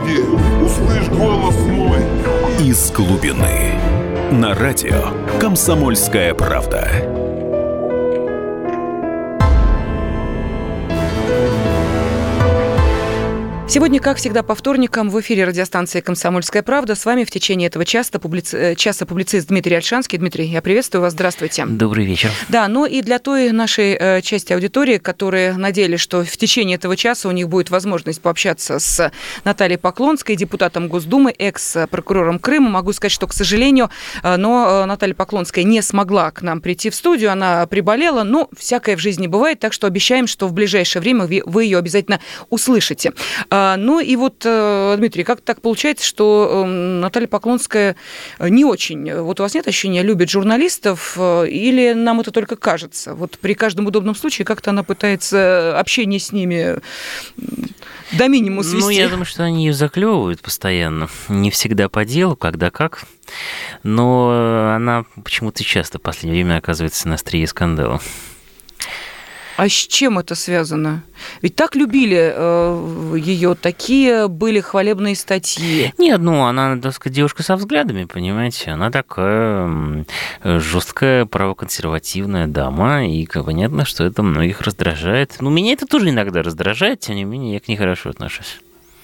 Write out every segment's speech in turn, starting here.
Господи, услышь голос мой. Из глубины. На радио «Комсомольская правда». Сегодня, как всегда, по вторникам в эфире радиостанции «Комсомольская правда». С вами в течение этого часа публицист Дмитрий Ольшанский. Дмитрий, я приветствую вас. Здравствуйте. Добрый вечер. Да, ну и для той нашей части аудитории, которые надеялись, что в течение этого часа у них будет возможность пообщаться с Натальей Поклонской, депутатом Госдумы, экс-прокурором Крыма, могу сказать, что, к сожалению, но Наталья Поклонская не смогла к нам прийти в студию, она приболела, но всякое в жизни бывает, так что обещаем, что в ближайшее время вы ее обязательно услышите. Ну и вот, Дмитрий, как так получается, что Наталья Поклонская не очень, вот у вас нет ощущения, любит журналистов, или нам это только кажется? Вот при каждом удобном случае как-то она пытается общение с ними до минимума свести. Ну, я думаю, что они ее заклевывают постоянно, не всегда по делу, когда как, но она почему-то часто в последнее время оказывается на острие скандала. А с чем это связано? Ведь так любили ее, такие были хвалебные статьи. Нет, ну, она, так сказать, девушка со взглядами, понимаете, она такая жесткая, правоконсервативная дама, и понятно, что это многих раздражает. Ну, меня это тоже иногда раздражает, тем не менее, я к ней хорошо отношусь.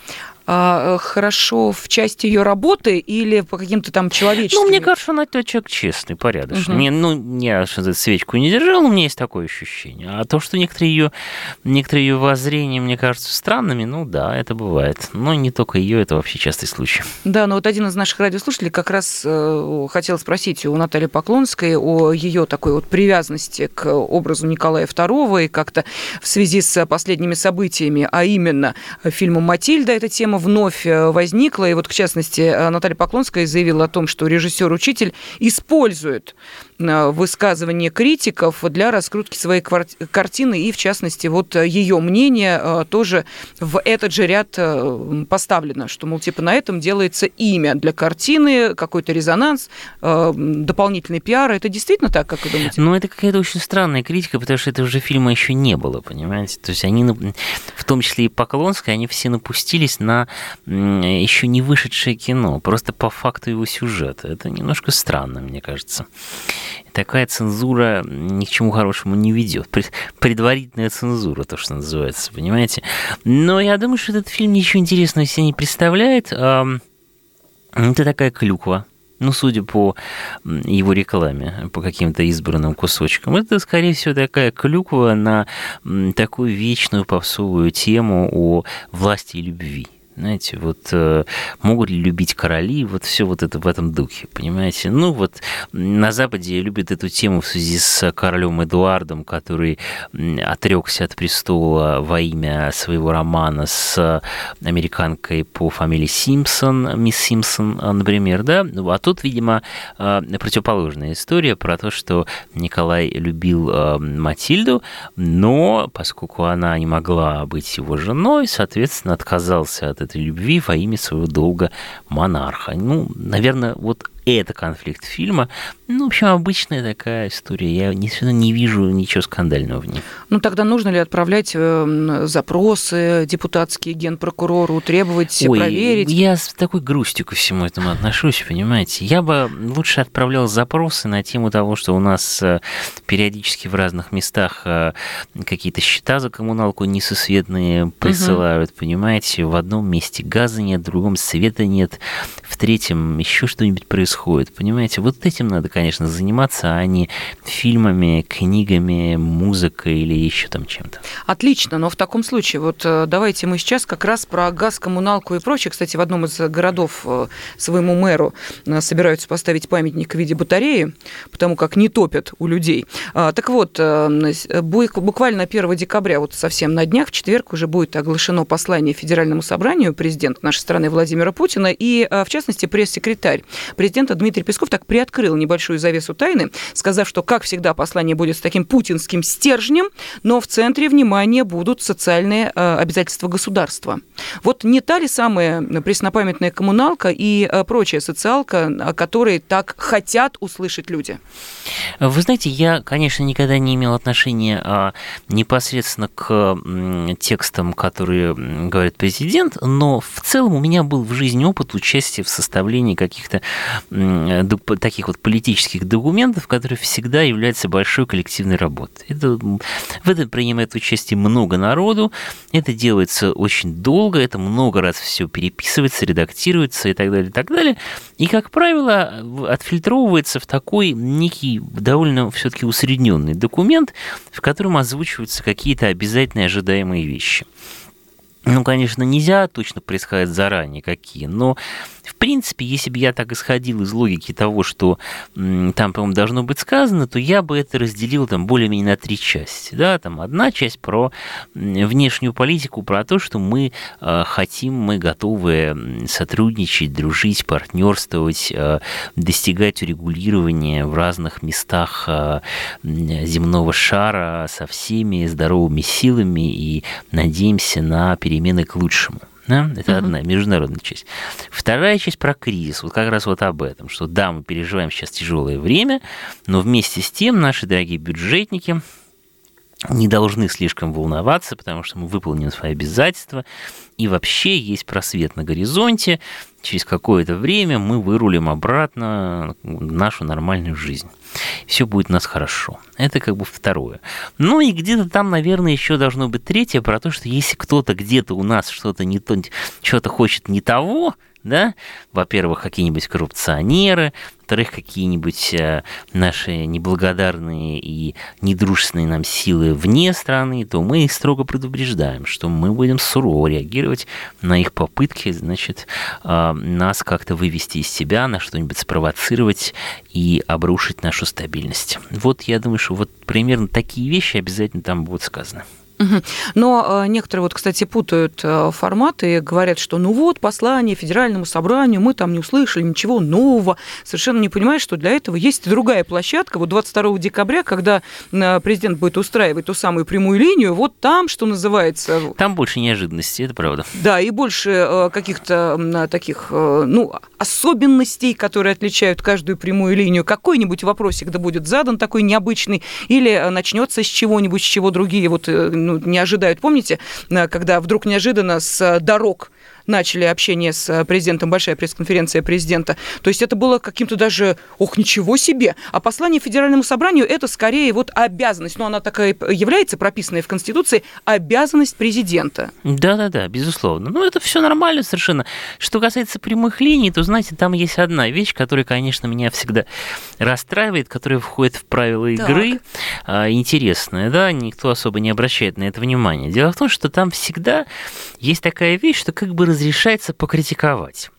Хорошо в части ее работы или по каким-то там человеческим? Ну, мне кажется, она человек честный, порядочный. Я свечку не держал, но у меня есть такое ощущение. А то, что некоторые ее воззрения мне кажутся странными, ну да, это бывает. Но не только ее, это вообще частый случай. Да, но вот один из наших радиослушателей как раз хотел спросить у Натальи Поклонской о ее такой вот привязанности к образу Николая II и как-то в связи с последними событиями, а именно фильмом «Матильда» эта тема вновь возникла. И вот, в частности, Наталья Поклонская заявила о том, что режиссер-учитель использует высказывания критиков для раскрутки своей картины. И, в частности, вот ее мнение тоже в этот же ряд поставлено, что, мол, типа на этом делается имя для картины, какой-то резонанс, дополнительный пиар. Это действительно так, как вы думаете? Ну, это какая-то очень странная критика, потому что этого же фильма еще не было, понимаете? То есть они, в том числе и Поклонская, они все напустились на еще не вышедшее кино, просто по факту его сюжета. Это немножко странно, мне кажется. Такая цензура ни к чему хорошему не ведет. Предварительная цензура, то, что называется, понимаете? Но я думаю, что этот фильм ничего интересного себе не представляет. Это такая клюква. Ну, судя по его рекламе, по каким-то избранным кусочкам, это, скорее всего, такая клюква на такую вечную попсовую тему о власти и любви. Знаете, вот могут ли любить короли, вот все вот это в этом духе, понимаете? Ну вот на Западе любят эту тему в связи с королем Эдуардом, который отрекся от престола во имя своего романа с американкой по фамилии Симпсон, мисс Симпсон, например, да? А тут, видимо, противоположная история про то, что Николай любил Матильду, но поскольку она не могла быть его женой, соответственно, отказался от этой любви во имя своего долга монарха. Ну, наверное, вот это конфликт фильма. Ну, в общем, обычная такая история. Я не вижу ничего скандального в ней. Ну, тогда нужно ли отправлять запросы депутатские генпрокурору, требовать проверить? Я с такой грустью ко всему этому отношусь, понимаете. Я бы лучше отправлял запросы на тему того, что у нас периодически в разных местах какие-то счета за коммуналку несусветные присылают, понимаете. В одном месте газа нет, в другом света нет, в третьем еще что-нибудь происходит. Понимаете, вот этим надо, конечно, заниматься, а не фильмами, книгами, музыкой или еще там чем-то. Отлично, но в таком случае, вот давайте мы сейчас как раз про газ, коммуналку и прочее. Кстати, в одном из городов своему мэру собираются поставить памятник в виде батареи, потому как не топят у людей. Так вот, буквально 1 декабря, вот совсем на днях, в четверг уже будет оглашено послание Федеральному собранию президента нашей страны Владимира Путина и, в частности, пресс-секретарь президента президента Дмитрий Песков так приоткрыл небольшую завесу тайны, сказав, что, как всегда, послание будет с таким путинским стержнем, но в центре внимания будут социальные обязательства государства. Вот не та ли самая преснопамятная коммуналка и прочая социалка, о которой так хотят услышать люди? Вы знаете, я, конечно, никогда не имел отношения непосредственно к текстам, которые говорит президент, но в целом у меня был в жизни опыт участия в составлении каких-то таких вот политических документов, которые всегда являются большой коллективной работой. В этом принимает участие много народу, это делается очень долго, это много раз все переписывается, редактируется и так далее, и так далее. И, как правило, отфильтровывается в такой некий довольно все-таки усредненный документ, в котором озвучиваются какие-то обязательные ожидаемые вещи. Ну, конечно, нельзя точно предсказать заранее какие, но, в принципе, если бы я так исходил из логики того, что там, по-моему, должно быть сказано, то я бы это разделил там более-менее на 3 части. Да? Там одна часть про внешнюю политику, про то, что мы хотим, мы готовы сотрудничать, дружить, партнерствовать, достигать урегулирования в разных местах земного шара со всеми здоровыми силами и надеемся на перемены к лучшему. Да? Это одна международная часть. Вторая часть про кризис, вот как раз вот об этом, что да, мы переживаем сейчас тяжелое время, но вместе с тем наши дорогие бюджетники не должны слишком волноваться, потому что мы выполним свои обязательства, и вообще есть просвет на горизонте, через какое-то время мы вырулим обратно в нашу нормальную жизнь. Все будет у нас хорошо. Это как бы второе. Ну и где-то там, наверное, еще должно быть третье, про то, что если кто-то где-то у нас что-то не то, что-то хочет не того, да, во-первых, какие-нибудь коррупционеры, во-вторых, какие-нибудь наши неблагодарные и недружественные нам силы вне страны, то мы их строго предупреждаем, что мы будем сурово реагировать на их попытки, значит, нас как-то вывести из себя, на что-нибудь спровоцировать и обрушить нашу стабильность. Вот я думаю, что вот примерно такие вещи обязательно там будут сказаны. Но некоторые, вот, кстати, путают форматы и говорят, что ну вот, послание Федеральному собранию, мы там не услышали ничего нового. Совершенно не понимают, что для этого есть другая площадка. Вот 22 декабря, когда президент будет устраивать ту самую прямую линию, вот там, что называется... Там больше неожиданностей, это правда. Да, и больше каких-то таких, ну, особенностей, которые отличают каждую прямую линию. Какой-нибудь вопросик да будет задан такой необычный, или начнется с чего-нибудь, с чего другие вот не ожидают. Помните, когда вдруг неожиданно с дорог начали общение с президентом, большая пресс-конференция президента. То есть это было каким-то даже, ничего себе. А послание Федеральному собранию – это скорее вот обязанность, ну, она такая является, прописанная в Конституции, обязанность президента. Да-да-да, безусловно. Ну, это все нормально совершенно. Что касается прямых линий, то, знаете, там есть одна вещь, которая, конечно, меня всегда расстраивает, которая входит в правила игры. Интересная, да, никто особо не обращает на это внимания. Дело в том, что там всегда есть такая вещь, что как бы разрешается покритиковать.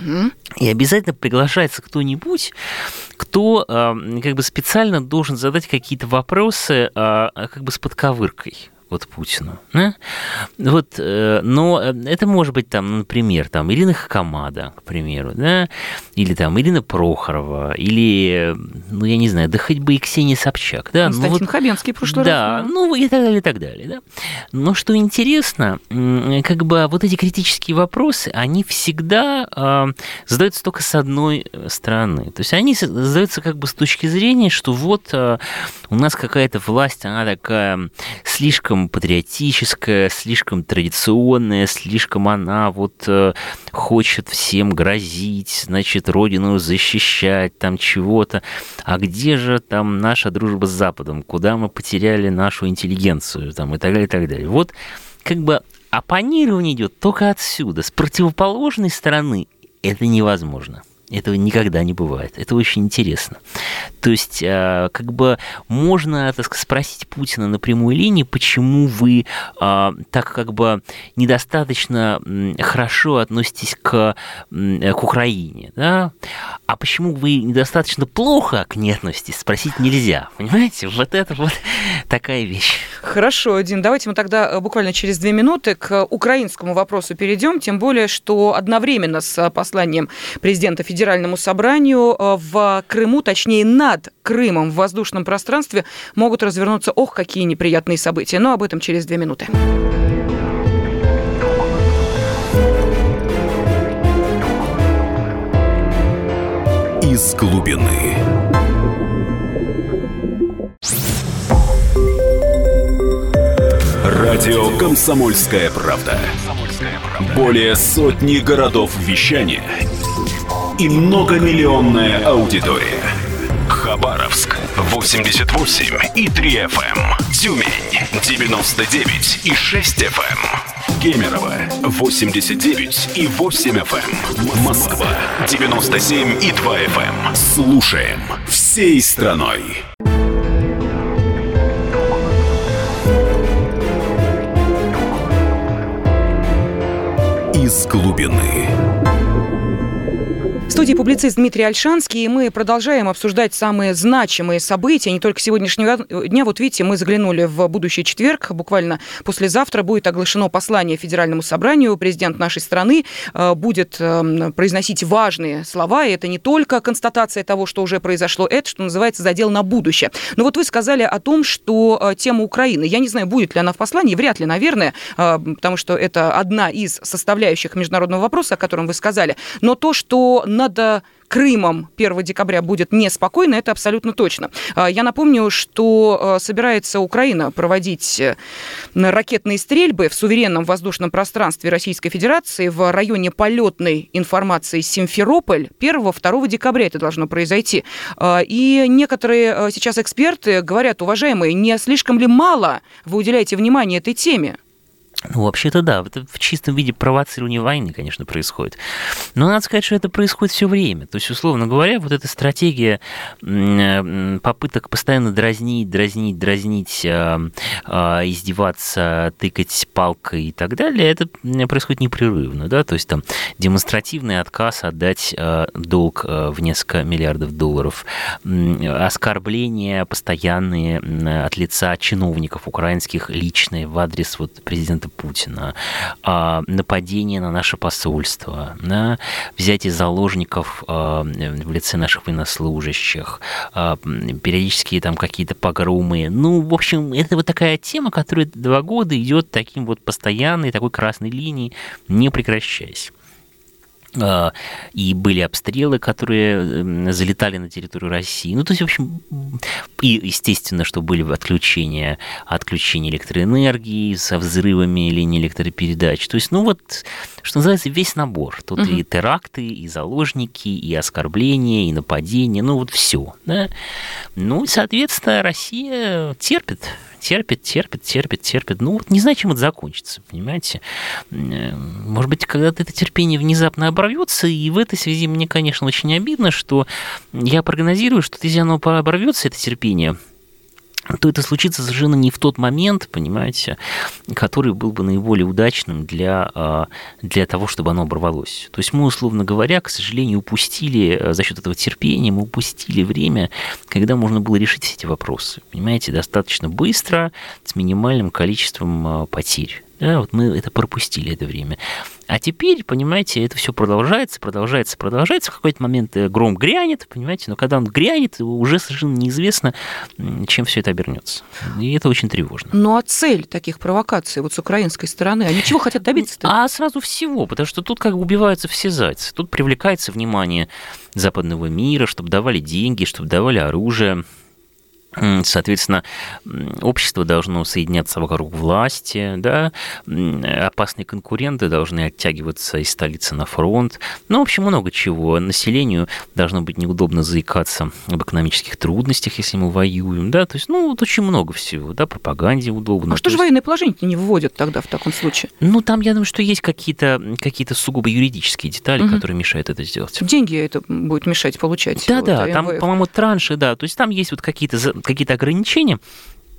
И обязательно приглашается кто-нибудь, кто как бы специально должен задать какие-то вопросы как бы с подковыркой. Вот Путину. Да? Вот, но это может быть, там, например, там, Ирина Хакамада, к примеру, да? Или там Ирина Прохорова, или, ну, я не знаю, да хоть бы и Ксения Собчак. Да? Константин Хабенский в прошлый раз. Да, ну, и так далее, и так далее. Да? Но что интересно, как бы вот эти критические вопросы, они всегда задаются только с одной стороны. То есть они задаются как бы с точки зрения, что вот у нас какая-то власть, она такая слишком патриотическая, слишком традиционная, слишком она вот хочет всем грозить, значит, родину защищать, там чего-то. А где же там наша дружба с Западом? Куда мы потеряли нашу интеллигенцию? Там, и так далее, и так далее. Вот как бы оппонирование идет только отсюда. С противоположной стороны это невозможно. Этого никогда не бывает. Это очень интересно. То есть, как бы можно, так сказать, спросить Путина на прямой линии, почему вы так как бы недостаточно хорошо относитесь к Украине, да? А почему вы недостаточно плохо к ней относитесь, спросить нельзя. Понимаете? Вот это вот такая вещь. Хорошо, Дин, давайте мы тогда буквально через 2 минуты к украинскому вопросу перейдем, тем более, что одновременно с посланием президента Федеральному собранию в Крыму, точнее над Крымом в воздушном пространстве могут развернуться, какие неприятные события. Но об этом через 2 минуты. Из глубины. Радио «Комсомольская правда». Более сотни городов вещания и многомиллионная аудитория. Хабаровск 88,3 FM. Тюмень 99,6 FM. Кемерово 89,8 FM. Москва 97,2 FM. Слушаем всей страной. Из глубины. В студии публицист Дмитрий Ольшанский, и мы продолжаем обсуждать самые значимые события, не только сегодняшнего дня. Вот видите, мы заглянули в будущий четверг, буквально послезавтра будет оглашено послание Федеральному собранию. Президент нашей страны будет произносить важные слова, и это не только констатация того, что уже произошло, это, что называется, задел на будущее. Но вот вы сказали о том, что тема Украины, я не знаю, будет ли она в послании, вряд ли, наверное, потому что это одна из составляющих международного вопроса, о котором вы сказали, но то, что над Крымом 1 декабря будет неспокойно, это абсолютно точно. Я напомню, что собирается Украина проводить ракетные стрельбы в суверенном воздушном пространстве Российской Федерации в районе полетной информации Симферополь. 1-2 декабря это должно произойти. И некоторые сейчас эксперты говорят: уважаемые, не слишком ли мало вы уделяете внимания этой теме? Ну, вообще-то да, это в чистом виде провоцирование войны, конечно, происходит. Но надо сказать, что это происходит все время. То есть, условно говоря, вот эта стратегия попыток постоянно дразнить, издеваться, тыкать палкой и так далее, это происходит непрерывно, да, то есть там демонстративный отказ отдать долг в несколько миллиардов долларов, оскорбления постоянные от лица чиновников украинских личные в адрес вот президента Путина, нападение на наше посольство, на взятие заложников в лице наших военнослужащих, периодические там какие-то погромы. Ну, в общем, это вот такая тема, которая 2 года идет таким вот постоянной, такой красной линией, не прекращаясь. И были обстрелы, которые залетали на территорию России. Ну, то есть, в общем, и, естественно, что были отключения электроэнергии со взрывами линий электропередач. То есть, ну, вот, что называется, весь набор. Тут и теракты, и заложники, и оскорбления, и нападения, ну, вот все. Да? Ну, соответственно, Россия терпит. Ну, вот не знаю, чем это закончится, понимаете. Может быть, когда-то это терпение внезапно оборвется, и в этой связи мне, конечно, очень обидно, что я прогнозирую, что если оно оборвется, это терпение, то это случится совершенно не в тот момент, понимаете, который был бы наиболее удачным для того, чтобы оно оборвалось. То есть мы, условно говоря, к сожалению, упустили за счет этого терпения, мы упустили время, когда можно было решить все эти вопросы, понимаете, достаточно быстро, с минимальным количеством потерь. Да, вот мы это пропустили, это время. А теперь, понимаете, это все продолжается. В какой-то момент гром грянет, понимаете, но когда он грянет, уже совершенно неизвестно, чем все это обернется. И это очень тревожно. Ну а цель таких провокаций вот с украинской стороны, они чего хотят добиться-то? А сразу всего, потому что тут как бы убиваются все зайцы. Тут привлекается внимание западного мира, чтобы давали деньги, чтобы давали оружие. Соответственно, общество должно соединяться вокруг власти, да? Опасные конкуренты должны оттягиваться из столицы на фронт. Ну, в общем, много чего. Населению должно быть неудобно заикаться об экономических трудностях, если мы воюем. Да? То есть, ну, вот очень много всего. Да? Пропаганде удобно. А что же военное положение не вводят тогда в таком случае? Ну, там, я думаю, что есть какие-то сугубо юридические детали, которые мешают это сделать. Деньги это будет мешать получать? Да, там, по-моему, транши, да. То есть там есть вот какие-то ограничения,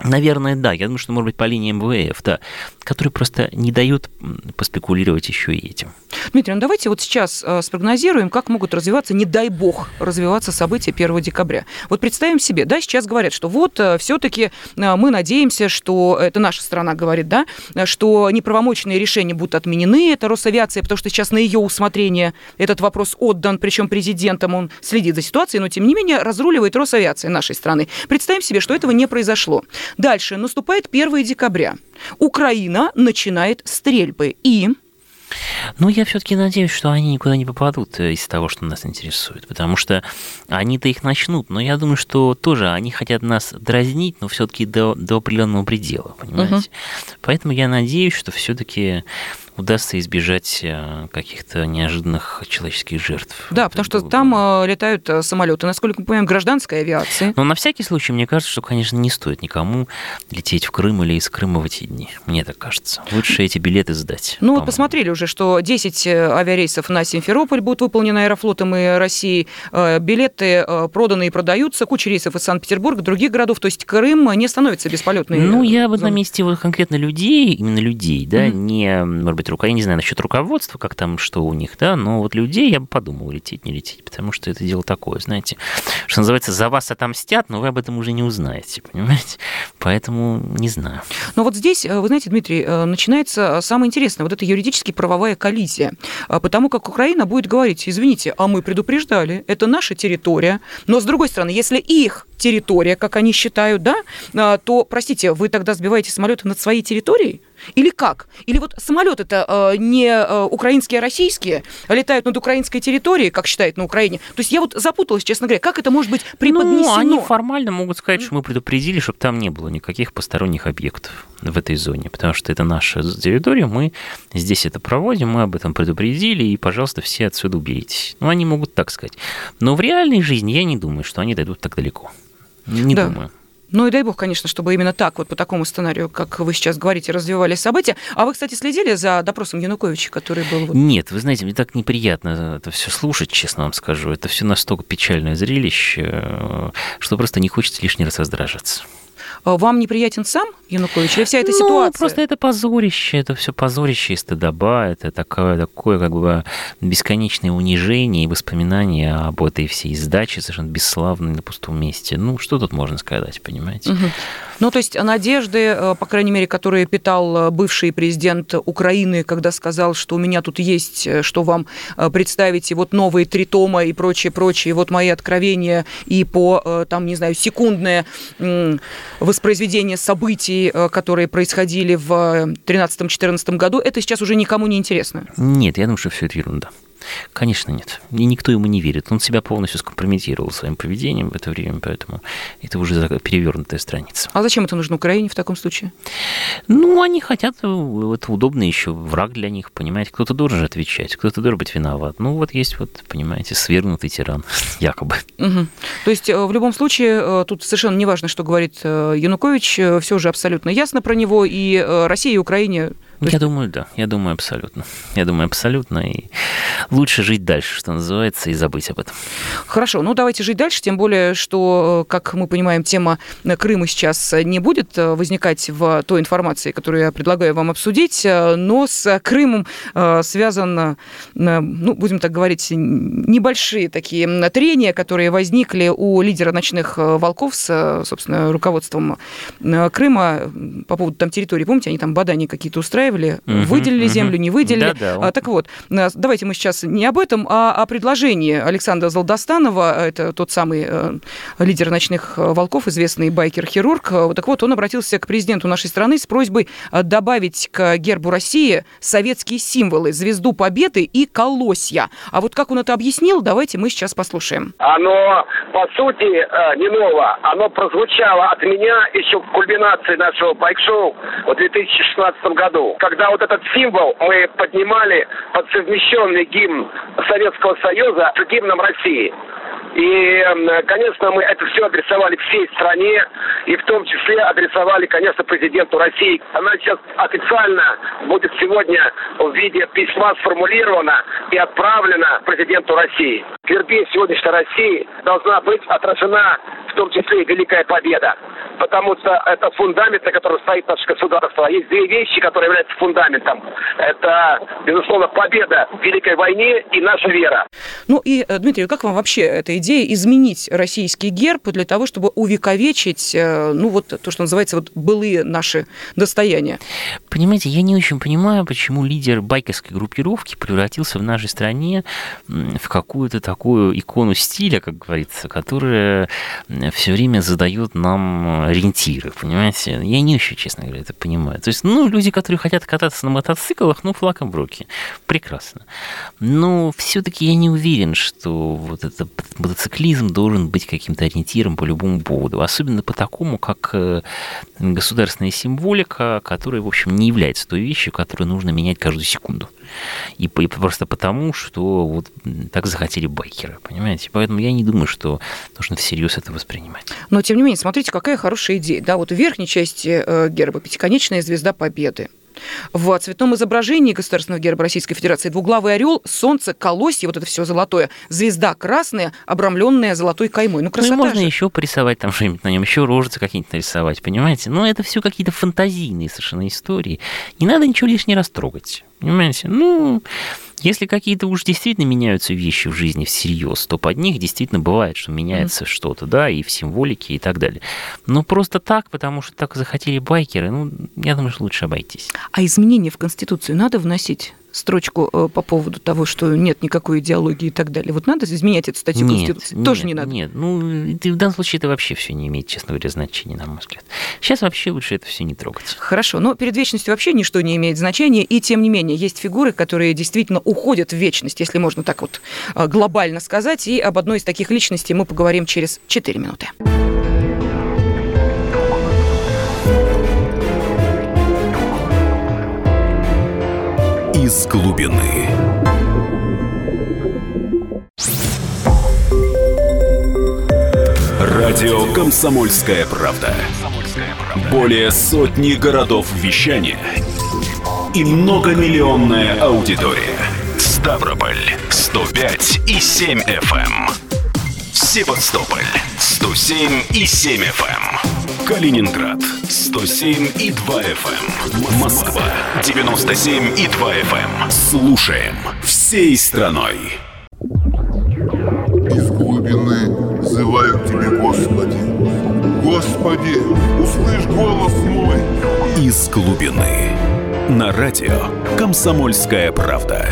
Наверное, да. Я думаю, что, может быть, по линии МВФ, да, который просто не дает поспекулировать еще и этим. Дмитрий, ну давайте вот сейчас спрогнозируем, как могут развиваться, не дай бог, развиваться события 1 декабря. Вот представим себе, да, сейчас говорят, что вот все-таки мы надеемся, что, это наша страна говорит, да, что неправомочные решения будут отменены, это Росавиация, потому что сейчас на ее усмотрение этот вопрос отдан, причем президентом, он следит за ситуацией, но тем не менее разруливает Росавиация нашей страны. Представим себе, что этого не произошло. Дальше наступает 1 декабря. Украина начинает стрельбы. И... Ну, я все-таки надеюсь, что они никуда не попадут из того, что нас интересует, потому что они-то их начнут, но я думаю, что тоже они хотят нас дразнить, но все-таки до определенного предела, понимаете? Поэтому я надеюсь, что все-таки удастся избежать каких-то неожиданных человеческих жертв. Да, потому что там летают самолеты, насколько мы понимаем, гражданской авиации. Но на всякий случай, мне кажется, что, конечно, не стоит никому лететь в Крым или из Крыма в эти дни. Мне так кажется. Лучше эти билеты сдать. Ну, вот посмотрели уже, что 10 авиарейсов на Симферополь будут выполнены Аэрофлотом и Россией. Билеты проданы и продаются. Куча рейсов из Санкт-Петербурга, других городов. То есть Крым не становится бесполетной. Ну, я бы на месте вот конкретно людей, именно людей, да, не, может быть, я не знаю насчет руководства, как там, что у них, да, но вот людей я бы подумал, лететь, не лететь, потому что это дело такое, знаете, что называется, за вас отомстят, но вы об этом уже не узнаете, понимаете? Поэтому не знаю. Но вот здесь, вы знаете, Дмитрий, начинается самое интересное, вот эта юридически-правовая коллизия, потому как Украина будет говорить, извините, а мы предупреждали, это наша территория, но с другой стороны, если их территория, как они считают, да, то, простите, вы тогда сбиваете самолеты над своей территорией? Или как? Или вот самолеты-то не украинские, а российские, летают над украинской территорией, как считают на Украине. То есть я вот запуталась, честно говоря, как это может быть преподнесено? Ну, они формально могут сказать, что мы предупредили, чтобы там не было никаких посторонних объектов в этой зоне, потому что это наша территория, мы здесь это проводим, мы об этом предупредили, и, пожалуйста, все отсюда уберитесь. Ну, они могут так сказать. Но в реальной жизни я не думаю, что они дойдут так далеко. Не думаю. Ну и дай бог, конечно, чтобы именно так, вот по такому сценарию, как вы сейчас говорите, развивались события. А вы, кстати, следили за допросом Януковича, который был... Нет, вы знаете, мне так неприятно это все слушать, честно вам скажу. Это все настолько печальное зрелище, что просто не хочется лишний раз раздражаться. Вам неприятен сам Янукович или вся эта ситуация? Просто это позорище, это все позорище и стыдоба, это такое как бы бесконечное унижение и воспоминания об этой всей сдаче совершенно бесславной на пустом месте. Ну, что тут можно сказать, понимаете? Ну, то есть надежды, по крайней мере, которые питал бывший президент Украины, когда сказал, что у меня тут есть, что вам представить, и вот новые 3 тома и прочее, и вот мои откровения, и по, там, не знаю, секундное воспроизведение событий, которые происходили в 2013-2014 году, это сейчас уже никому не интересно? Нет, я думаю, что все это ерунда. Конечно, нет. И никто ему не верит. Он себя полностью скомпрометировал своим поведением в это время, поэтому это уже перевернутая страница. А зачем это нужно Украине в таком случае? Ну, они хотят, это удобно еще враг для них, понимаете. Кто-то должен же отвечать, кто-то должен быть виноват. Ну, вот есть, вот, понимаете, свергнутый тиран, якобы. То есть, в любом случае, тут совершенно не важно, что говорит Янукович, все же абсолютно ясно про него, и России, и Украине... Я думаю, да. Я думаю, абсолютно. И лучше жить дальше, что называется, и забыть об этом. Хорошо. Ну, давайте жить дальше, тем более, что, как мы понимаем, тема Крыма сейчас не будет возникать в той информации, которую я предлагаю вам обсудить, но с Крымом связано, ну, будем так говорить, небольшие такие трения, которые возникли у лидера ночных волков с, собственно, руководством Крыма по поводу там территории. Помните, они там бадания какие-то устраивали, выделили землю, не выделили. Да. Так вот, давайте мы сейчас не об этом, а о предложении Александра Золдостанова, это тот самый лидер ночных волков, известный байкер-хирург. Так вот, он обратился к президенту нашей страны с просьбой добавить к гербу России советские символы, звезду Победы и колосья. А вот как он это объяснил, давайте мы сейчас послушаем. Оно, по сути, не ново. Оно прозвучало от меня еще в кульминации нашего байк-шоу в 2016 году, когда вот этот символ мы поднимали под совмещенный гимн Советского Союза с гимном России. И, конечно, мы это все адресовали всей стране, и в том числе адресовали, конечно, президенту России. Она сейчас официально будет сегодня в виде письма сформулирована и отправлена президенту России. гербе сегодняшней России должна быть отражена в том числе и Великая Победа. Потому что это фундамент, на котором стоит наше государство. Есть две вещи, которые являются фундаментом. Это, безусловно, победа в Великой войне и наша вера. Ну и, Дмитрий, как вам вообще эта идея изменить российский герб для того, чтобы увековечить, ну вот то, что называется, вот былые наши достояния? Понимаете, я не очень понимаю, почему лидер байкерской группировки превратился в нашей стране в какую-то такую икону стиля, как говорится, которая все время задает нам ориентиры, понимаете? Я не очень, честно говоря, это понимаю. То есть, ну, люди, которые хотят кататься на мотоциклах, ну, флаг им в руки. Прекрасно. Но все-таки я не уверен, что вот этот мотоциклизм должен быть каким-то ориентиром по любому поводу. Особенно по такому, как государственная символика, которая, в общем, не является той вещью, которую нужно менять каждую секунду. И просто потому, что вот так захотели байкеры, понимаете? Поэтому я не думаю, что нужно всерьез это воспринимать. Но, тем не менее, смотрите, какая хорошая идея. Да, вот в верхней части герба пятиконечная звезда Победы. В цветном изображении государственного герба Российской Федерации двуглавый орел, солнце, колосье, вот это все золотое, звезда красная, обрамленная золотой каймой. Ну, красота. Ну, и можно же. еще порисовать там что-нибудь на нем, еще рожицы какие-нибудь нарисовать, понимаете? Но это все какие-то фантазийные совершенно истории. Не надо ничего лишнего раз трогать, понимаете? Ну, если какие-то уж действительно меняются вещи в жизни всерьез, то под них действительно бывает, что меняется что-то, да, и в символике, и так далее. Но просто так, потому что так захотели байкеры, ну, я думаю, что лучше обойтись. А изменения в Конституцию надо вносить? Строчку по поводу того, что нет никакой идеологии и так далее. Вот надо изменять эту статью Конституции? Тоже не надо? Нет, ну, в данном случае это вообще все не имеет, честно говоря, значения, на мой взгляд. Сейчас вообще лучше это все не трогать. Хорошо, но перед вечностью вообще ничто не имеет значения, и тем не менее есть фигуры, которые действительно уходят в вечность, если можно так вот глобально сказать, и об одной из таких личностей мы поговорим через 4 минуты. Из глубины. Радио «Комсомольская правда». Более сотни городов вещания и многомиллионная аудитория. Ставрополь 105,7 FM. Севастополь 107,7 FM. Калининград 107,2 FM. Москва 97,2 FM. Слушаем всей страной. Из глубины взываю к тебе, Господи. Господи, услышь голос мой. Из глубины. На радио «Комсомольская правда».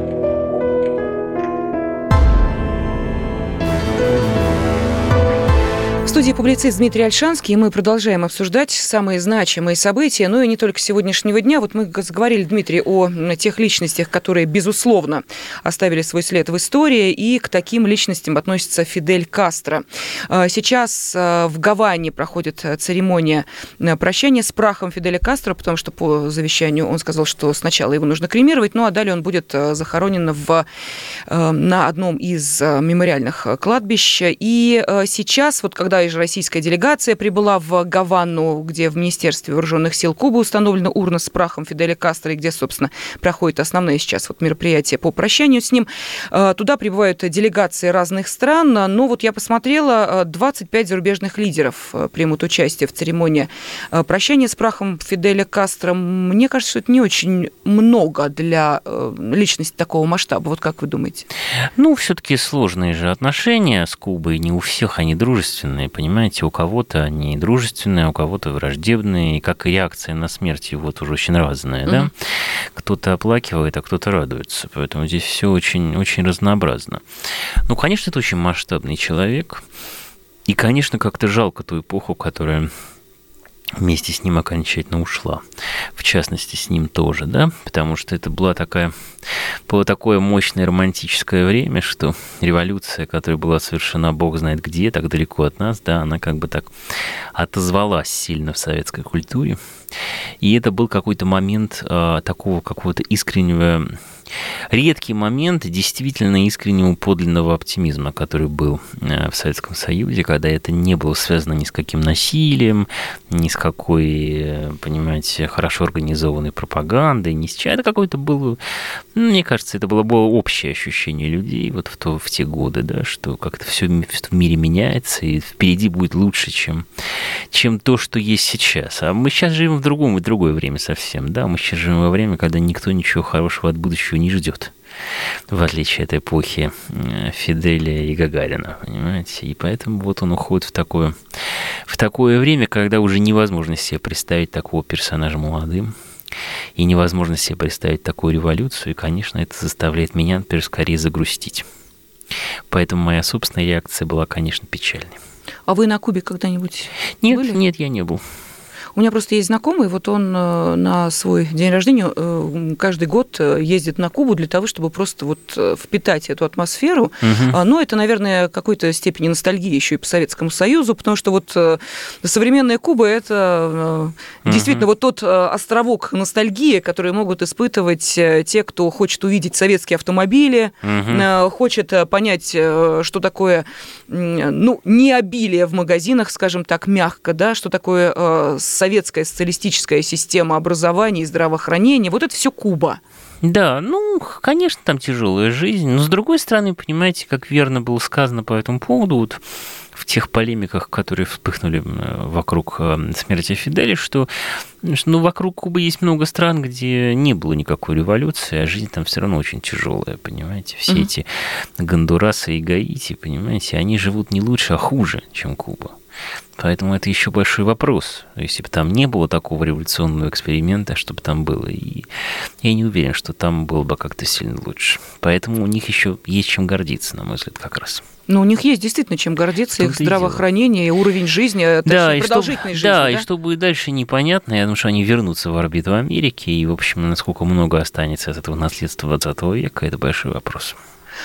В студии публицист Дмитрий Ольшанский, и мы продолжаем обсуждать самые значимые события, но и не только сегодняшнего дня. Вот мы говорили, Дмитрий, о тех личностях, которые, безусловно, оставили свой след в истории, и к таким личностям относится Фидель Кастро. Сейчас в Гаване проходит церемония прощания с прахом Фиделя Кастро, потому что по завещанию он сказал, что сначала его нужно кремировать, ну а далее он будет захоронен на одном из мемориальных кладбищ. И сейчас, вот когда же российская делегация прибыла в Гавану, где в Министерстве вооруженных сил Кубы установлена урна с прахом Фиделя Кастро, и где, собственно, проходит основное сейчас вот мероприятие по прощанию с ним. Туда прибывают делегации разных стран, но вот я посмотрела, 25 зарубежных лидеров примут участие в церемонии прощания с прахом Фиделя Кастро. Мне кажется, что это не очень много для личности такого масштаба. Вот как вы думаете? Ну, все-таки сложные же отношения с Кубой, не у всех они дружественные. Понимаете, у кого-то они дружественные, у кого-то враждебные, и как и реакция на смерть его тоже очень разная, да? Кто-то оплакивает, а кто-то радуется, поэтому здесь все очень, очень разнообразно. Ну, конечно, это очень масштабный человек, и, конечно, как-то жалко ту эпоху, которая вместе с ним окончательно ушла. В частности, с ним тоже, да, потому что это было такое мощное романтическое время, что революция, которая была совершена бог знает где, так далеко от нас, да, она как бы так отозвалась сильно в советской культуре. И это был какой-то момент такого какого-то искреннего редкий момент действительно искреннего подлинного оптимизма, который был в Советском Союзе, когда это не было связано ни с каким насилием, ни с какой, понимаете, хорошо организованной пропагандой, ни с чем. Это какое-то было, мне кажется, это было общее ощущение людей вот в те годы, да, что как-то все в мире меняется, и впереди будет лучше, чем то, что есть сейчас. А мы сейчас живем в другое время совсем, да, мы сейчас живем во время, когда никто ничего хорошего от будущего не ждет, в отличие от эпохи Фиделя и Гагарина, понимаете? И поэтому вот он уходит в такое время, когда уже невозможно себе представить такого персонажа молодым, и невозможно себе представить такую революцию, и, конечно, это заставляет меня, например, скорее загрустить. Поэтому моя собственная реакция была, конечно, печальной. А вы на Кубе когда-нибудь были? Нет, я не был. У меня просто есть знакомый, вот он на свой день рождения каждый год ездит на Кубу для того, чтобы просто вот впитать эту атмосферу. Но это, наверное, в какой-то степени ностальгия еще и по Советскому Союзу, потому что вот современная Куба – это действительно вот тот островок ностальгии, который могут испытывать те, кто хочет увидеть советские автомобили, хочет понять, что такое, не обилие в магазинах, скажем так, мягко, да, что такое советская социалистическая система образования и здравоохранения, вот это все Куба. Да, конечно, там тяжелая жизнь, но с другой стороны, понимаете, как верно было сказано по этому поводу, вот в тех полемиках, которые вспыхнули вокруг смерти Фиделя, что вокруг Кубы есть много стран, где не было никакой революции, а жизнь там все равно очень тяжелая, понимаете, все эти Гондурасы и Гаити, понимаете, они живут не лучше, а хуже, чем Куба. Поэтому это еще большой вопрос. Если бы там не было такого революционного эксперимента, что бы там было. И я не уверен, что там было бы как-то сильно лучше. Поэтому у них еще есть чем гордиться, на мой взгляд, как раз. Но у них есть действительно чем гордиться, их здравоохранение, уровень жизни, продолжительность жизни. Да, и что будет дальше, непонятно. Я думаю, что они вернутся в орбиту Америки, и, в общем, насколько много останется от этого наследства 20 века, это большой вопрос.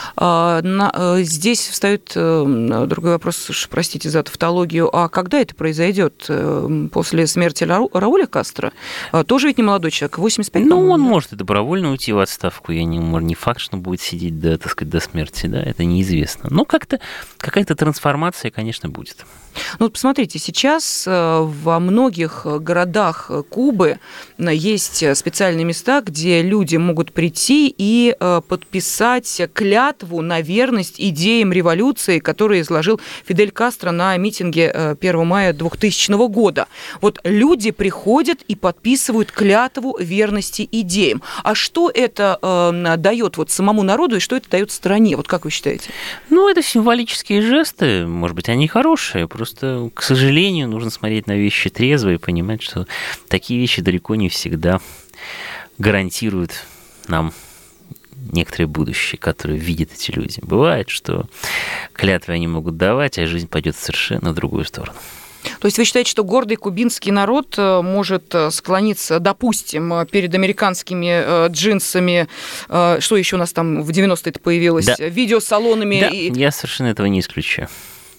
Здесь встает другой вопрос, простите за тавтологию, а когда это произойдет? После смерти Рауля Кастро? Тоже ведь не молодой человек, 85 лет. Он может и добровольно уйти в отставку, не факт, что будет сидеть до смерти, да, это неизвестно. Но какая-то трансформация, конечно, будет. Посмотрите, сейчас во многих городах Кубы есть специальные места, где люди могут прийти и подписать клятву на верность идеям революции, которые изложил Фидель Кастро на митинге 1 мая 2000 года. Вот люди приходят и подписывают клятву верности идеям. А что это дает самому народу и что это дает стране? Вот как вы считаете? Это символические жесты, может быть, они хорошие, просто, к сожалению, нужно смотреть на вещи трезво и понимать, что такие вещи далеко не всегда гарантируют нам некоторое будущее, которое видят эти люди. Бывает, что клятвы они могут давать, а жизнь пойдет в совершенно другую сторону. То есть вы считаете, что гордый кубинский народ может склониться, допустим, перед американскими джинсами, что еще у нас там в 90-е это появилось, да, видеосалонами? Да, я совершенно этого не исключаю.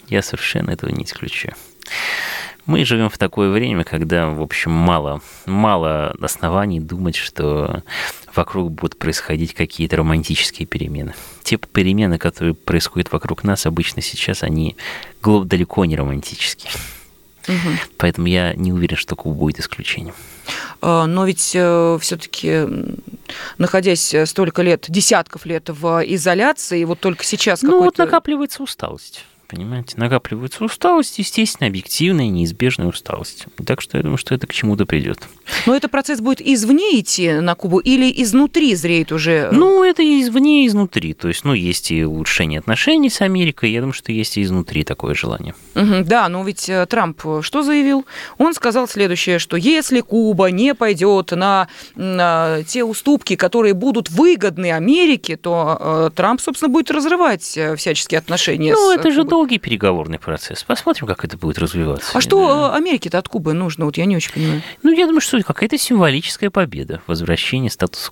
Мы живем в такое время, когда, в общем, мало оснований думать, что вокруг будут происходить какие-то романтические перемены. Те перемены, которые происходят вокруг нас обычно сейчас, они далеко не романтические. Поэтому я не уверен, что Куба будет исключением. Но ведь все-таки, находясь столько лет, десятков лет в изоляции, вот только сейчас какой-то... накапливается усталость. Понимаете, накапливается усталость, естественно, объективная, неизбежная усталость. Так что я думаю, что это к чему-то придет. Но этот процесс будет извне идти на Кубу или изнутри зреет уже? Это извне и изнутри. То есть, есть и улучшение отношений с Америкой. Я думаю, что есть и изнутри такое желание. Да, но ведь Трамп что заявил? Он сказал следующее, что если Куба не пойдет на те уступки, которые будут выгодны Америке, то Трамп, собственно, будет разрывать всяческие отношения с Кубой. Это же долгий переговорный процесс. Посмотрим, как это будет развиваться. А что Америке-то от Кубы нужно? Вот я не очень понимаю. Я думаю, что это какая-то символическая победа, возвращение статус-кво.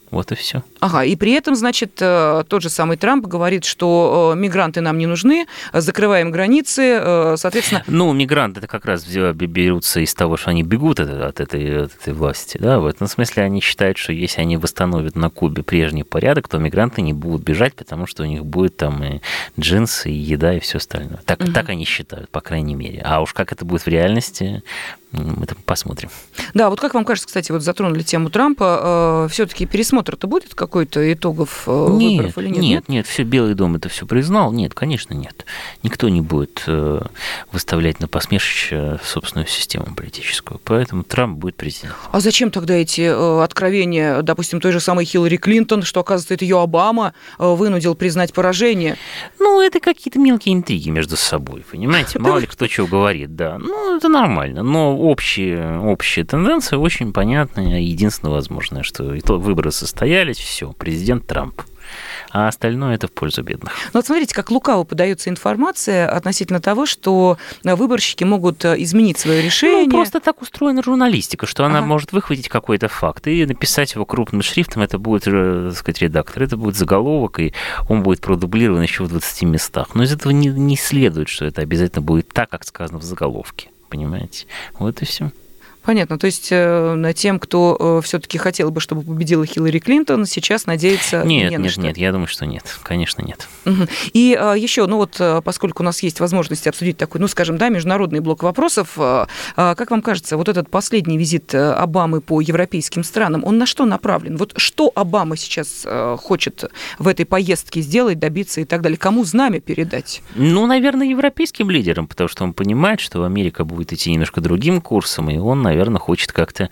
Вот и все. Ага, и при этом, значит, тот же самый Трамп говорит, что мигранты нам не нужны, закрываем границы, соответственно... Ну, мигранты это как раз берутся из того, что они бегут от этой власти, да, в этом смысле они считают, что если они восстановят на Кубе прежний порядок, то мигранты не будут бежать, потому что у них будет там и джинсы, и еда, и все остальное. Так они считают, по крайней мере. А уж как это будет в реальности, мы там посмотрим. Да, вот как вам кажется, кстати, вот затронули тему Трампа, все-таки пересмотр-то будет какой-то итогов выборов или нет? Нет, все, Белый дом это все признал. Нет, конечно, нет. Никто не будет выставлять на посмешище собственную систему политическую. Поэтому Трамп будет президентом. А зачем тогда эти откровения, допустим, той же самой Хиллари Клинтон, что, оказывается, это ее Обама вынудил признать поражение? Ну, это какие-то мелкие интриги между собой, понимаете? Мало ли кто чего говорит, да. Ну, это нормально. Но общая тенденция очень понятная. Единственное возможное, что и то выборы состоялись, все, президент Трамп. А остальное это в пользу бедных. Ну вот смотрите, как лукаво подается информация относительно того, что выборщики могут изменить свое решение. Ну, просто так устроена журналистика, что она может выхватить какой-то факт и написать его крупным шрифтом. Это будет, так сказать, редактор, это будет заголовок, и он будет продублирован еще в 20 местах. Но из этого не следует, что это обязательно будет так, как сказано в заголовке. Понимаете? Вот и все. Понятно. То есть тем, кто все-таки хотел бы, чтобы победила Хиллари Клинтон, сейчас надеяться не на что. Нет, я думаю, что нет. Конечно, нет. И еще, поскольку у нас есть возможность обсудить такой, скажем, международный блок вопросов, как вам кажется, вот этот последний визит Обамы по европейским странам, он на что направлен? Вот что Обама сейчас хочет в этой поездке сделать, добиться и так далее? Кому знамя передать? Ну, наверное, европейским лидерам, потому что он понимает, что Америка будет идти немножко другим курсом, и он, наверное, хочет как-то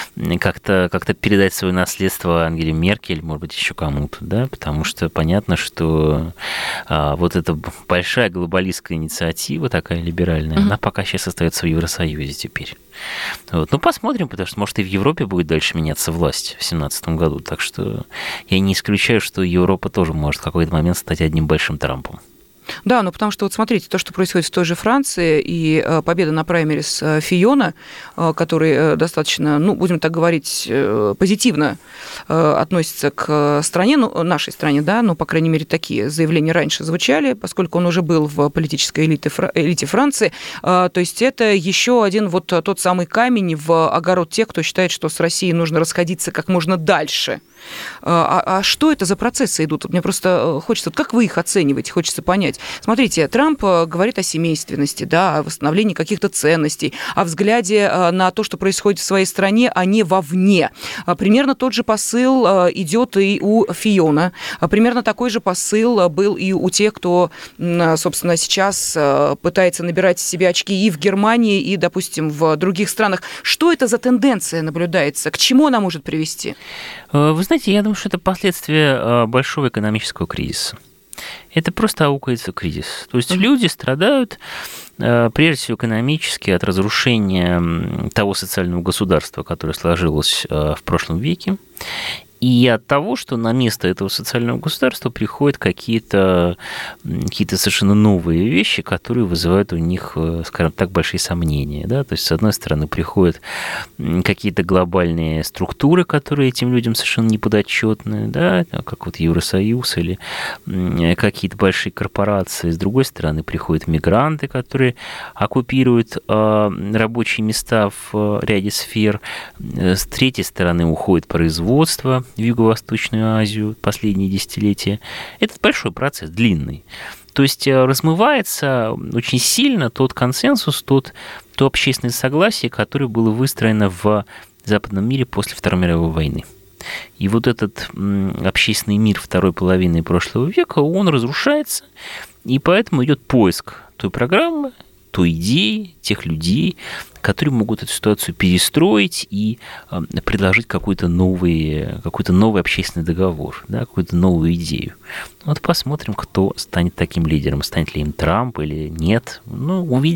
передать свое наследство Ангеле Меркель, может быть, еще кому-то, да, потому что понятно, что вот эта большая глобалистская инициатива, такая либеральная, она пока сейчас остается в Евросоюзе теперь. Вот. Ну, посмотрим, потому что, может, и в Европе будет дальше меняться власть в 2017 году, так что я не исключаю, что Европа тоже может в какой-то момент стать одним большим Трампом. Да, потому что вот смотрите, то, что происходит в той же Франции, и победа на праймерис Фийона, который достаточно, будем так говорить, позитивно относится к стране, нашей стране, да, по крайней мере, такие заявления раньше звучали, поскольку он уже был в политической элите Франции. То есть это еще один вот тот самый камень в огород тех, кто считает, что с Россией нужно расходиться как можно дальше. А что это за процессы идут? Мне просто хочется, как вы их оцениваете, хочется понять. Смотрите, Трамп говорит о семейственности, да, о восстановлении каких-то ценностей, о взгляде на то, что происходит в своей стране, а не вовне. Примерно тот же посыл идет и у Фийона. Примерно такой же посыл был и у тех, кто, собственно, сейчас пытается набирать себе очки и в Германии, и, допустим, в других странах. Что это за тенденция наблюдается? К чему она может привести? Вы знаете, я думаю, что это последствия большого экономического кризиса. Это просто аукается кризис. То есть люди страдают, прежде всего, экономически от разрушения того социального государства, которое сложилось в прошлом веке, и от того, что на место этого социального государства приходят какие-то совершенно новые вещи, которые вызывают у них, скажем так, большие сомнения. Да? То есть, с одной стороны, приходят какие-то глобальные структуры, которые этим людям совершенно не подотчетны, да? Как вот Евросоюз или какие-то большие корпорации. С другой стороны, приходят мигранты, которые оккупируют рабочие места в ряде сфер. С третьей стороны, уходит производство в Юго-Восточную Азию последние десятилетия. Это большой процесс, длинный. То есть размывается очень сильно тот консенсус, то общественное согласие, которое было выстроено в западном мире после Второй мировой войны. И вот этот общественный мир второй половины прошлого века, он разрушается, и поэтому идет поиск той программы, той идеи, тех людей, которые могут эту ситуацию перестроить и предложить какой-то новый общественный договор, да, какую-то новую идею. Вот посмотрим, кто станет таким лидером. Станет ли им Трамп или нет. Увидим.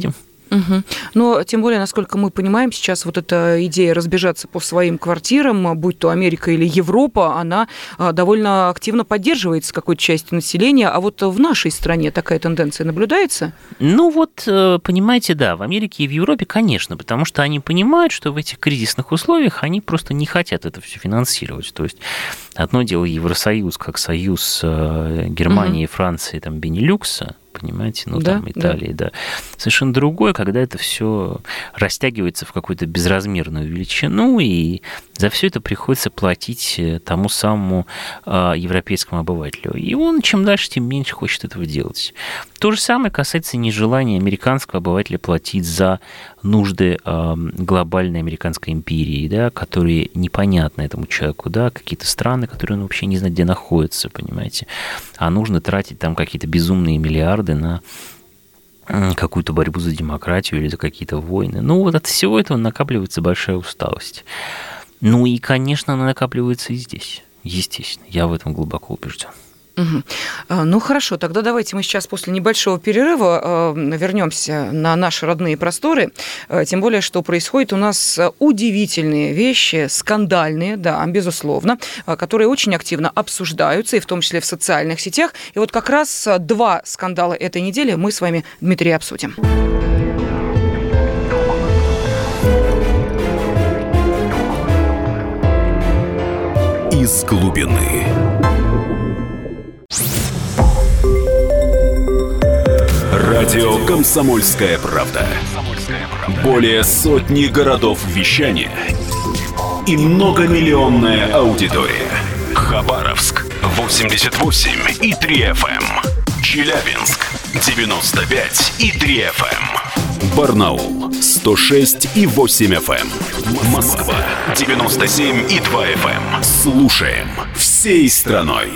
Угу. Но тем более, насколько мы понимаем, сейчас вот эта идея разбежаться по своим квартирам, будь то Америка или Европа, она довольно активно поддерживается какой-то частью населения. А вот в нашей стране такая тенденция наблюдается? Ну вот, понимаете, да, в Америке и в Европе, конечно, потому что они понимают, что в этих кризисных условиях они просто не хотят это все финансировать. То есть одно дело Евросоюз, как союз Германии, Франции, там, Бенилюкса, понимаете, ну, да, там, Италии, да. Совершенно другое, когда это все растягивается в какую-то безразмерную величину, и за все это приходится платить тому самому европейскому обывателю. И он чем дальше, тем меньше хочет этого делать. То же самое касается нежелания американского обывателя платить за нужды глобальной американской империи, да, которые непонятны этому человеку, да, какие-то страны, которые он вообще не знает, где находятся, понимаете, а нужно тратить там какие-то безумные миллиарды на какую-то борьбу за демократию или за какие-то войны. Ну, вот от всего этого накапливается большая усталость. Ну и, конечно, она накапливается и здесь, естественно. Я в этом глубоко убежден. Угу. Ну хорошо, тогда давайте мы сейчас после небольшого перерыва вернемся на наши родные просторы. Тем более, что происходят у нас удивительные вещи, скандальные, да, безусловно, которые очень активно обсуждаются, и в том числе в социальных сетях. И вот как раз 2 скандала этой недели мы с вами, Дмитрий, обсудим. Из глубины. Радио «Комсомольская правда». Более сотни городов вещания и многомиллионная аудитория. Хабаровск 88,3 FM. Челябинск 95,3 FM. Барнаул 106,8 FM. Москва 97,2 FM. Слушаем всей страной.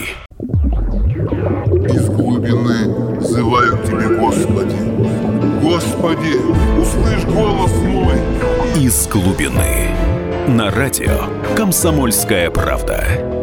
Из глубины взываю к Тебе, Господи. Господи, услышь голос мой. Из глубины. На радио «Комсомольская правда».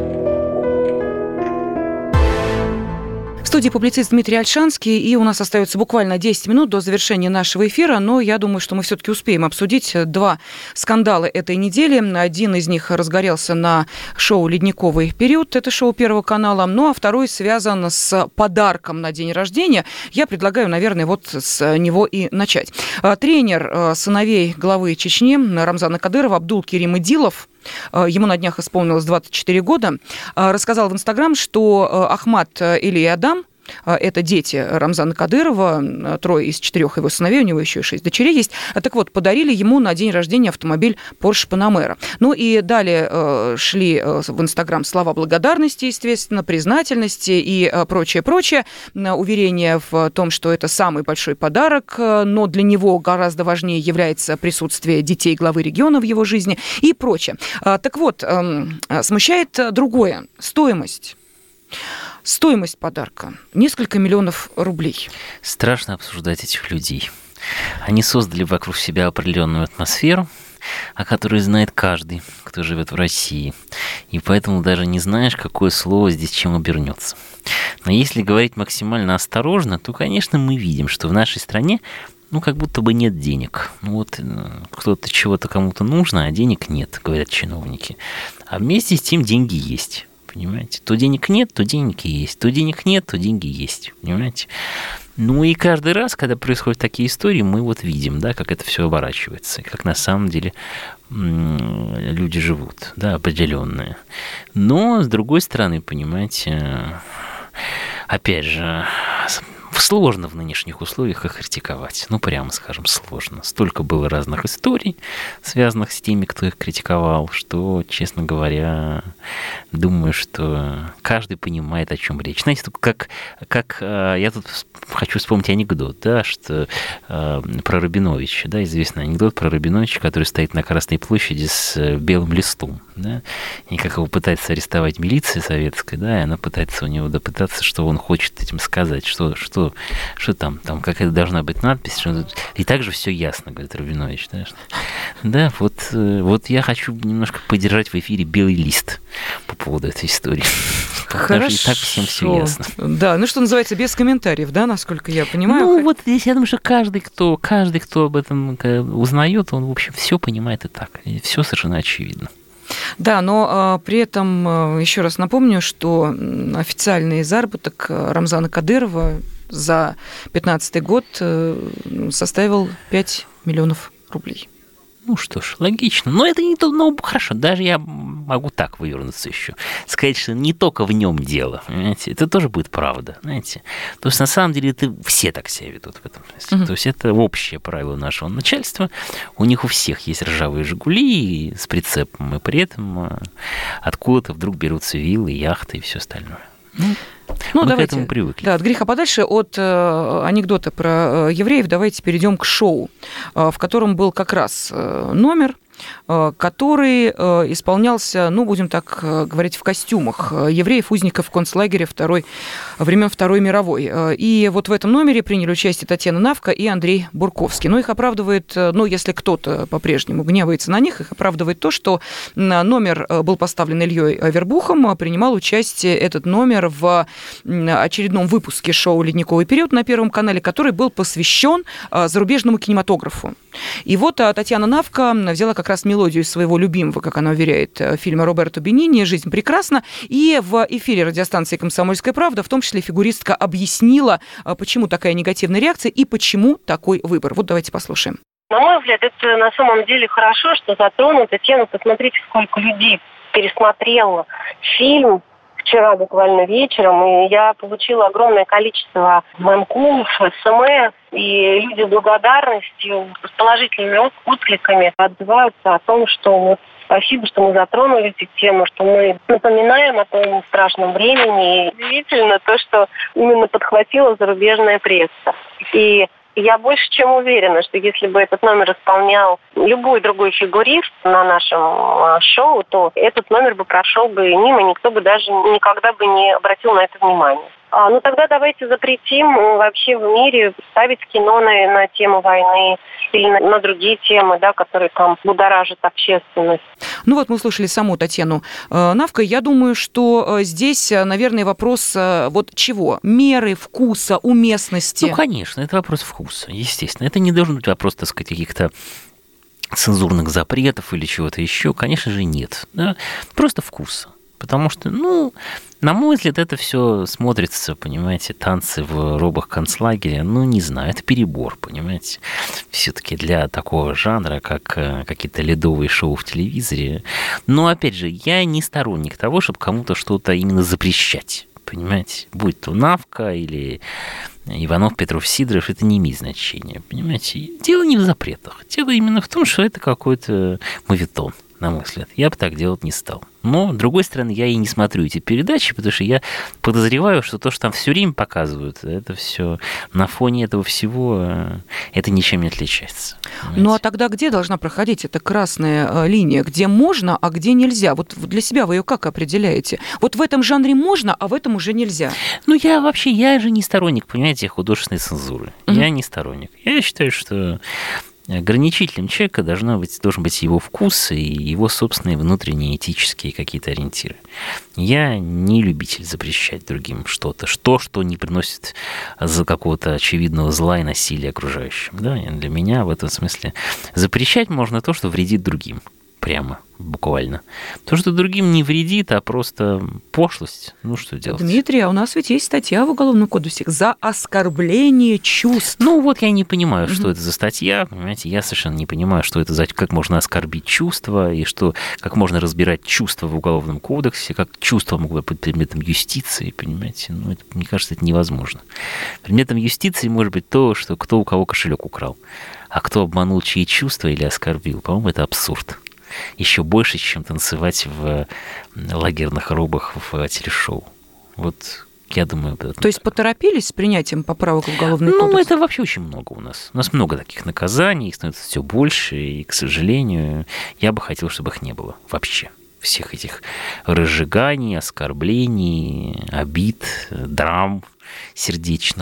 В студии публицист Дмитрий Ольшанский, и у нас остается буквально 10 минут до завершения нашего эфира, но я думаю, что мы все-таки успеем обсудить 2 скандала этой недели. Один из них разгорелся на шоу «Ледниковый период», это шоу Первого канала, ну а второй связан с подарком на день рождения. Я предлагаю, наверное, вот с него и начать. Тренер сыновей главы Чечни Рамзана Кадырова Абдул-Керим Идилов, ему на днях исполнилось 24 года, рассказал в Инстаграм, что Ахмад или Адам, это дети Рамзана Кадырова, 3 из 4 его сыновей, у него еще и 6 дочерей есть. Так вот, подарили ему на день рождения автомобиль Porsche Panamera. Ну и далее шли в Инстаграм слова благодарности, естественно, признательности и прочее. Уверение в том, что это самый большой подарок, но для него гораздо важнее является присутствие детей главы региона в его жизни и прочее. Так вот, смущает другое. Стоимость подарка – несколько миллионов рублей. Страшно обсуждать этих людей. Они создали вокруг себя определенную атмосферу, о которой знает каждый, кто живет в России. И поэтому даже не знаешь, какое слово здесь чем обернется. Но если говорить максимально осторожно, то, конечно, мы видим, что в нашей стране как будто бы нет денег. Вот кто-то чего-то кому-то нужно, а денег нет, говорят чиновники. А вместе с тем деньги есть. Понимаете? То денег нет, то денег есть. То денег нет, то деньги есть. Понимаете? Ну и каждый раз, когда происходят такие истории, мы вот видим, да, как это все оборачивается, как на самом деле люди живут, да, определенные. Но, с другой стороны, понимаете, опять же, сложно в нынешних условиях их критиковать. Прямо скажем, сложно. Столько было разных историй, связанных с теми, кто их критиковал, что, честно говоря, думаю, что каждый понимает, о чем речь. Знаете, как я тут хочу вспомнить анекдот, да, что про Рабиновича, да, известный анекдот про Рабиновича, который стоит на Красной площади с белым листом, да, и как его пытается арестовать милиция советская, да, и она пытается у него допытаться, что он хочет этим сказать, что что там какая-то должна быть надпись, что и так же все ясно, говорит Рабинович. Да, вот я хочу немножко подержать в эфире белый лист по поводу этой истории. Потому что и так всем все ясно. Да, что называется, без комментариев, да, насколько я понимаю. Ну, вот здесь я думаю, что каждый, кто об этом узнает, он, в общем, все понимает и так. И все совершенно очевидно. Да, но при этом еще раз напомню, что официальный заработок Рамзана Кадырова за 2015 год составил 5 миллионов рублей. Ну что ж, логично. Но это не то, ну хорошо, даже я могу так вывернуться еще. Сказать, что не только в нем дело, понимаете, это тоже будет правда, знаете. То есть на самом деле это все так себя ведут в этом смысле. То есть это общее правило нашего начальства. У них у всех есть ржавые «Жигули» с прицепом, и при этом откуда-то вдруг берутся виллы, яхты и все остальное. Мы давайте, к этому привыкли. Да, от греха подальше, от анекдота про евреев давайте перейдем к шоу, в котором был как раз номер, который исполнялся, будем так говорить, в костюмах евреев, узников концлагеря времен Второй мировой. И вот в этом номере приняли участие Татьяна Навка и Андрей Бурковский. Но их оправдывает, если кто-то по-прежнему гневается на них, их оправдывает то, что номер был поставлен Ильей Вербухом, принимал участие этот номер в очередном выпуске шоу «Ледниковый период» на Первом канале, который был посвящен зарубежному кинематографу. И вот Татьяна Навка взяла как раз мелодию из своего любимого, как она уверяет, фильма Роберто Бенини «Жизнь прекрасна». И в эфире радиостанции «Комсомольская правда» в том числе фигуристка объяснила, почему такая негативная реакция и почему такой выбор. Вот давайте послушаем. На мой взгляд, это на самом деле хорошо, что затронута тема. Посмотрите, сколько людей пересмотрело фильм вчера буквально вечером, и я получила огромное количество звонков, СМС, и люди с благодарностью, с положительными откликами отзываются о том, что спасибо, что мы затронули эту тему, что мы напоминаем о том страшном времени. И удивительно то, что именно подхватила зарубежная пресса. И я больше чем уверена, что если бы этот номер исполнял любой другой фигурист на нашем шоу, то этот номер бы прошел бы мимо, никто бы даже никогда бы не обратил на это внимание. Тогда давайте запретим вообще в мире ставить кино на тему войны или на другие темы, да, которые там будоражат общественность. Мы услышали саму Татьяну Навка. Я думаю, что здесь, наверное, вопрос чего? Меры, вкуса, уместности. Конечно, это вопрос вкуса, естественно. Это не должен быть вопрос, так сказать, каких-то цензурных запретов или чего-то еще. Конечно же, нет. Да? Просто вкуса. Потому что, на мой взгляд, это все смотрится, понимаете, танцы в робах концлагеря, не знаю, это перебор, понимаете. Все-таки для такого жанра, как какие-то ледовые шоу в телевизоре. Но, опять же, я не сторонник того, чтобы кому-то что-то именно запрещать, понимаете. Будь то Навка или Иванов, Петров, Сидоров, это не имеет значения, понимаете. Дело не в запретах, дело именно в том, что это какой-то моветон. На мой взгляд, я бы так делать не стал. Но, с другой стороны, я и не смотрю эти передачи, потому что я подозреваю, что то, что там все время показывают, это все на фоне этого всего, это ничем не отличается. Понимаете? А тогда где должна проходить эта красная линия? Где можно, а где нельзя? Вот для себя вы ее как определяете? Вот в этом жанре можно, а в этом уже нельзя. Я же не сторонник, понимаете, художественной цензуры. Я не сторонник. Я считаю, что ограничителем человека должен быть его вкус и его собственные внутренние этические какие-то ориентиры. Я не любитель запрещать другим что-то, что не приносит какого-то очевидного зла и насилия окружающим. Да? Для меня в этом смысле запрещать можно то, что вредит другим. Прямо, буквально. То, что другим не вредит, а просто пошлость. Что делать? Дмитрий, а у нас ведь есть статья в Уголовном кодексе за оскорбление чувств. Я не понимаю, что это за статья. Понимаете, я совершенно не понимаю, что это за... Как можно оскорбить чувства, и как можно разбирать чувства в Уголовном кодексе, как чувства могут быть предметом юстиции, понимаете. Мне кажется, это невозможно. Предметом юстиции может быть то, что кто у кого кошелек украл. А кто обманул чьи чувства или оскорбил. По-моему, это абсурд. Еще больше, чем танцевать в лагерных робах в телешоу. Я думаю... То есть поторопились с принятием поправок в Уголовный кодекс? Это вообще очень много у нас. У нас много таких наказаний, их становится все больше, и, к сожалению, я бы хотел, чтобы их не было вообще. Всех этих разжиганий, оскорблений, обид, драм сердечных.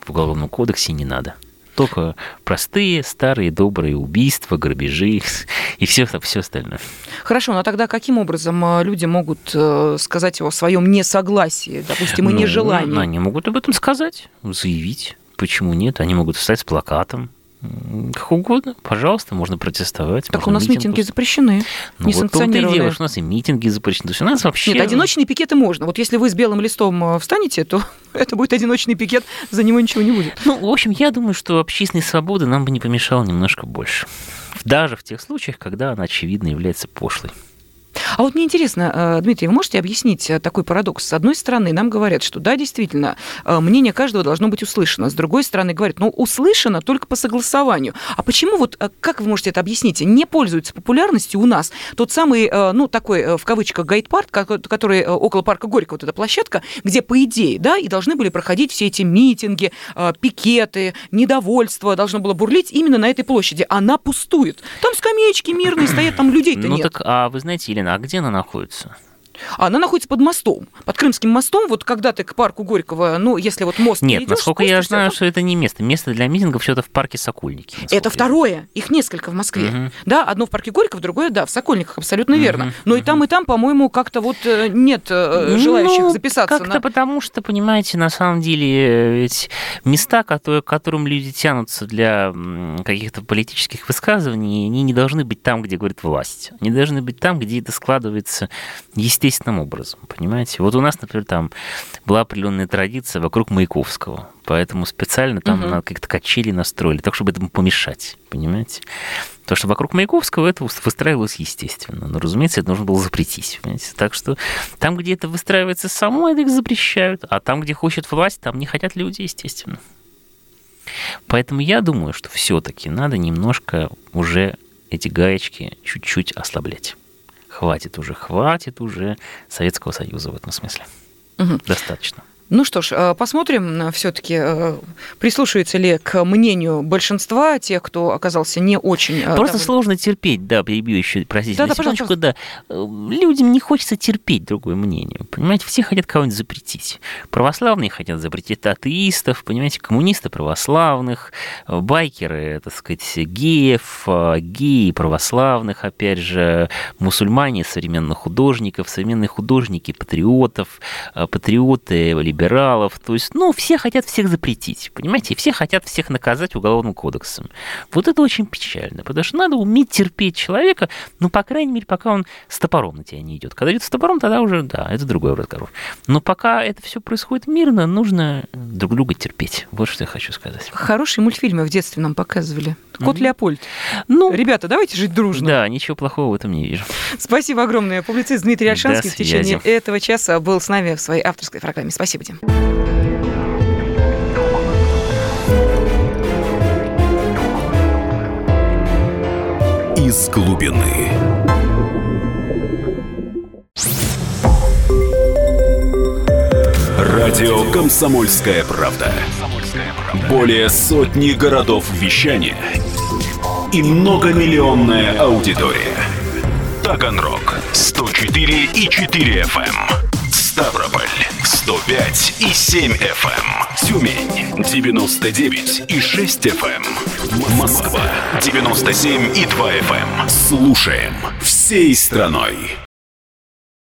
в Уголовном кодексе не надо. Только простые, старые, добрые убийства, грабежи и все остальное. Хорошо, но тогда каким образом люди могут сказать о своем несогласии, допустим, и нежелании? Они могут об этом сказать, заявить. Почему нет? Они могут встать с плакатом. Как угодно, пожалуйста, можно протестовать. Так у нас митинги запрещены, несанкционированные. Вот дело, что у нас и митинги запрещены. То есть у нас вообще... Нет, одиночные пикеты можно. Вот если вы с белым листом встанете, то это будет одиночный пикет, за него ничего не будет. Ну, в общем, я думаю, что общественной свободы нам бы не помешало немножко больше. Даже в тех случаях, когда она, очевидно, является пошлой. А вот мне интересно, Дмитрий, вы можете объяснить такой парадокс? С одной стороны, нам говорят, что да, действительно, мнение каждого должно быть услышано. С другой стороны, говорят, услышано только по согласованию. А почему, вот как вы можете это объяснить, не пользуется популярностью у нас тот самый, такой, в кавычках, гайд-парк, который около парка Горького, вот эта площадка, где, по идее, да, и должны были проходить все эти митинги, пикеты, недовольство должно было бурлить именно на этой площади. Она пустует. Там скамеечки мирные стоят, там людей-то нет. Так, а вы знаете, Елена, а где она находится? Она находится под мостом, под Крымским мостом. Вот когда ты к парку Горького, если вот мост Нет, перейдёшь, насколько я знаю, что это не место. Место для митингов все это в парке Сокольники. Это второе. Их несколько в Москве. Да, одно в парке Горького, другое, да, в Сокольниках, абсолютно верно. Но и там, по-моему, как-то вот нет желающих записаться. Как-то потому что, понимаете, на самом деле эти места, к которым люди тянутся для каких-то политических высказываний, они не должны быть там, где говорит власть. Они должны быть там, где это складывается естественным образом, понимаете? Вот у нас, например, там была определенная традиция вокруг Маяковского, поэтому специально там как-то качели настроили, так, чтобы этому помешать, понимаете? Потому что вокруг Маяковского это выстраивалось естественно, но, разумеется, это нужно было запретить, понимаете? Так что там, где это выстраивается само, это их запрещают, а там, где хочет власть, там не хотят люди, естественно. Поэтому я думаю, что все-таки надо немножко уже эти гаечки чуть-чуть ослаблять. Хватит уже Советского Союза в этом смысле. Достаточно. Ну что ж, посмотрим все-таки, прислушивается ли к мнению большинства тех, кто оказался не очень... Просто сложно терпеть, да, перебью еще, простите, на секундочку, да. Людям не хочется терпеть другое мнение, понимаете, все хотят кого-нибудь запретить. Православные хотят запретить атеистов, понимаете, коммунисты православных, байкеры, так сказать, геев, геи православных, опять же, мусульмане современных художников, современные художники патриотов, патриоты либералов, то есть, все хотят всех запретить, понимаете, и все хотят всех наказать Уголовным кодексом. Вот это очень печально, потому что надо уметь терпеть человека, по крайней мере, пока он с топором на тебя не идет. Когда идет с топором, тогда уже, да, это другой разговор. Но пока это все происходит мирно, нужно друг друга терпеть. Вот что я хочу сказать. Хорошие мультфильмы в детстве нам показывали. Кот Леопольд. Ребята, давайте жить дружно. Да, ничего плохого в этом не вижу. Спасибо огромное. Публицист Дмитрий Ольшанский в течение этого часа был с нами в своей авторской программе. Спасибо, Дим. Из глубины. Радио «Комсомольская правда». Более сотни городов вещания и многомиллионная аудитория. Таганрог 104,4 FM. Ставрополь 105,7 FM. Тюмень 99,6 FM. Москва 97,2 FM. Слушаем всей страной.